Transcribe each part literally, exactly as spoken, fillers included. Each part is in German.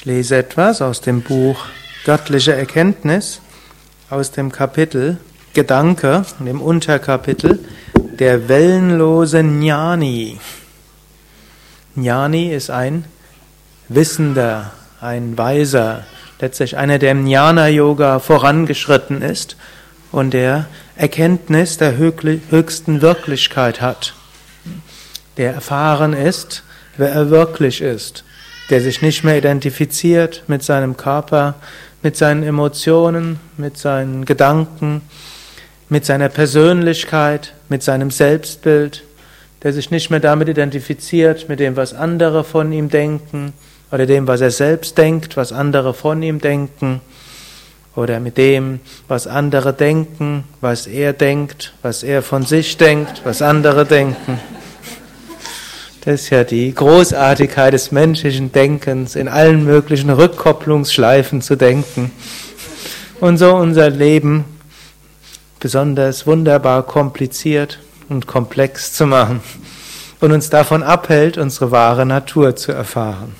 Ich lese etwas aus dem Buch Göttliche Erkenntnis, aus dem Kapitel Gedanke, in dem Unterkapitel der wellenlose Jnani. Jnani ist ein Wissender, ein Weiser, letztlich einer, der im Jnana-Yoga vorangeschritten ist und der Erkenntnis der höchsten Wirklichkeit hat, der erfahren ist, wer er wirklich ist, der sich nicht mehr identifiziert mit seinem Körper, mit seinen Emotionen, mit seinen Gedanken, mit seiner Persönlichkeit, mit seinem Selbstbild, der sich nicht mehr damit identifiziert, mit dem, was andere von ihm denken, oder dem, was er selbst denkt, was andere von ihm denken, oder mit dem, was andere denken, was er denkt, was er von sich denkt, was andere denken. Das ist ja die Großartigkeit des menschlichen Denkens, in allen möglichen Rückkopplungsschleifen zu denken und so unser Leben besonders wunderbar kompliziert und komplex zu machen und uns davon abhält, unsere wahre Natur zu erfahren.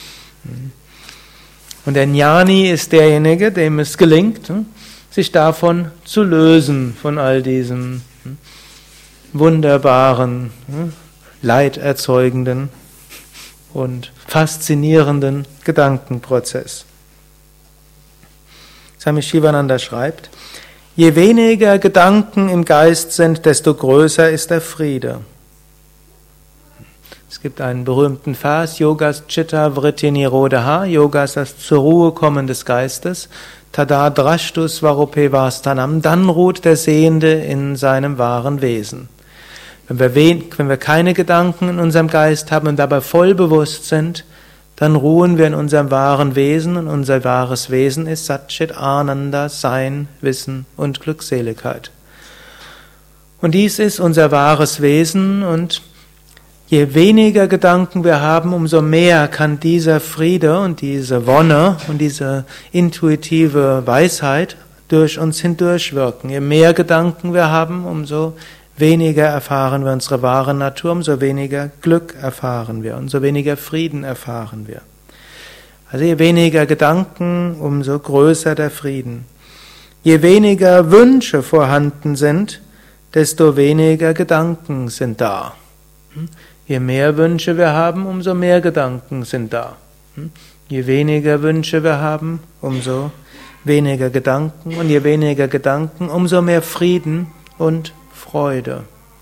Und der Jnani ist derjenige, dem es gelingt, sich davon zu lösen, von all diesem wunderbaren, leiderzeugenden und faszinierenden Gedankenprozess. Swami Shivananda schreibt: Je weniger Gedanken im Geist sind, desto größer ist der Friede. Es gibt einen berühmten Vers: Yogas Chitta Vritti Nirodha, Yoga ist das zur Ruhe kommen des Geistes, Tada Drashtus Varupe Vastanam, dann ruht der Sehende in seinem wahren Wesen. Wenn wir, wenn wir keine Gedanken in unserem Geist haben und dabei voll bewusst sind, dann ruhen wir in unserem wahren Wesen, und unser wahres Wesen ist Satchit Ananda, Sein, Wissen und Glückseligkeit. Und dies ist unser wahres Wesen, und je weniger Gedanken wir haben, umso mehr kann dieser Friede und diese Wonne und diese intuitive Weisheit durch uns hindurchwirken. Je mehr Gedanken wir haben, umso weniger erfahren wir unsere wahre Natur, umso weniger Glück erfahren wir, umso weniger Frieden erfahren wir. Also je weniger Gedanken, umso größer der Frieden. Je weniger Wünsche vorhanden sind, desto weniger Gedanken sind da. Je mehr Wünsche wir haben, umso mehr Gedanken sind da. Je weniger Wünsche wir haben, umso weniger Gedanken, und je weniger Gedanken, umso mehr Frieden und Freude.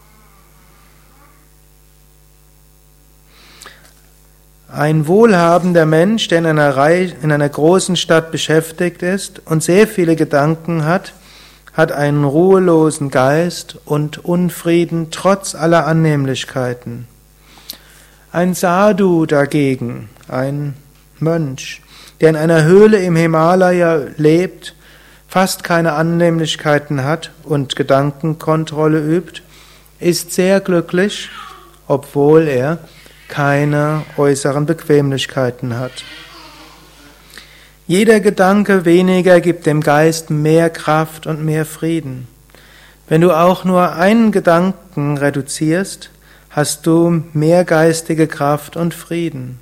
Ein wohlhabender Mensch, der in einer, Reihe, in einer großen Stadt beschäftigt ist und sehr viele Gedanken hat, hat einen ruhelosen Geist und Unfrieden trotz aller Annehmlichkeiten. Ein Sadhu dagegen, ein Mönch, der in einer Höhle im Himalaya lebt, fast keine Annehmlichkeiten hat und Gedankenkontrolle übt, ist sehr glücklich, obwohl er keine äußeren Bequemlichkeiten hat. Jeder Gedanke weniger gibt dem Geist mehr Kraft und mehr Frieden. Wenn du auch nur einen Gedanken reduzierst, hast du mehr geistige Kraft und Frieden.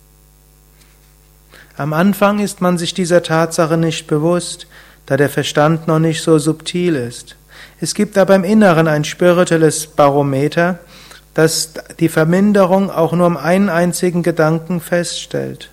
Am Anfang ist man sich dieser Tatsache nicht bewusst, da der Verstand noch nicht so subtil ist. Es gibt aber im Inneren ein spirituelles Barometer, das die Verminderung auch nur um einen einzigen Gedanken feststellt.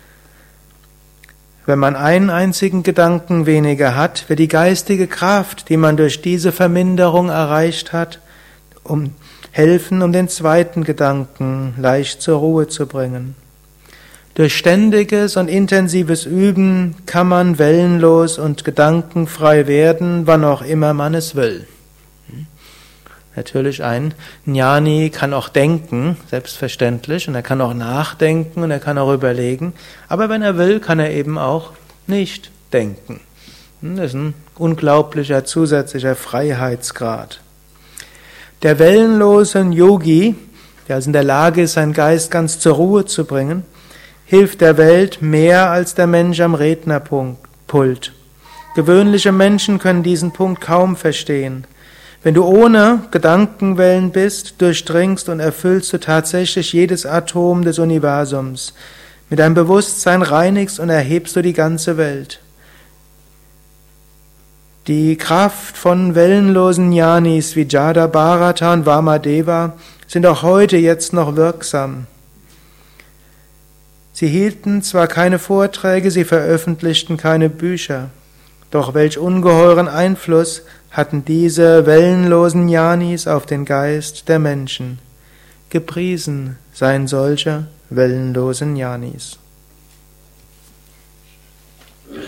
Wenn man einen einzigen Gedanken weniger hat, wird die geistige Kraft, die man durch diese Verminderung erreicht hat, um helfen, um den zweiten Gedanken leicht zur Ruhe zu bringen. Durch ständiges und intensives Üben kann man wellenlos und gedankenfrei werden, wann auch immer man es will. Natürlich, ein Jnani kann auch denken, selbstverständlich, und er kann auch nachdenken und er kann auch überlegen, aber wenn er will, kann er eben auch nicht denken. Das ist ein unglaublicher zusätzlicher Freiheitsgrad. Der wellenlose Yogi, der also in der Lage ist, seinen Geist ganz zur Ruhe zu bringen, hilft der Welt mehr als der Mensch am Rednerpult. Gewöhnliche Menschen können diesen Punkt kaum verstehen. Wenn du ohne Gedankenwellen bist, durchdringst und erfüllst du tatsächlich jedes Atom des Universums Mit deinem Bewusstsein reinigst und erhebst du die ganze Welt. Die Kraft von wellenlosen Jnanis wie Jada, Bharata und Vamadeva sind auch heute jetzt noch wirksam. Sie hielten zwar keine Vorträge, sie veröffentlichten keine Bücher, doch welch ungeheuren Einfluss hatten diese wellenlosen Jnanis auf den Geist der Menschen. Gepriesen seien solche wellenlosen Jnanis.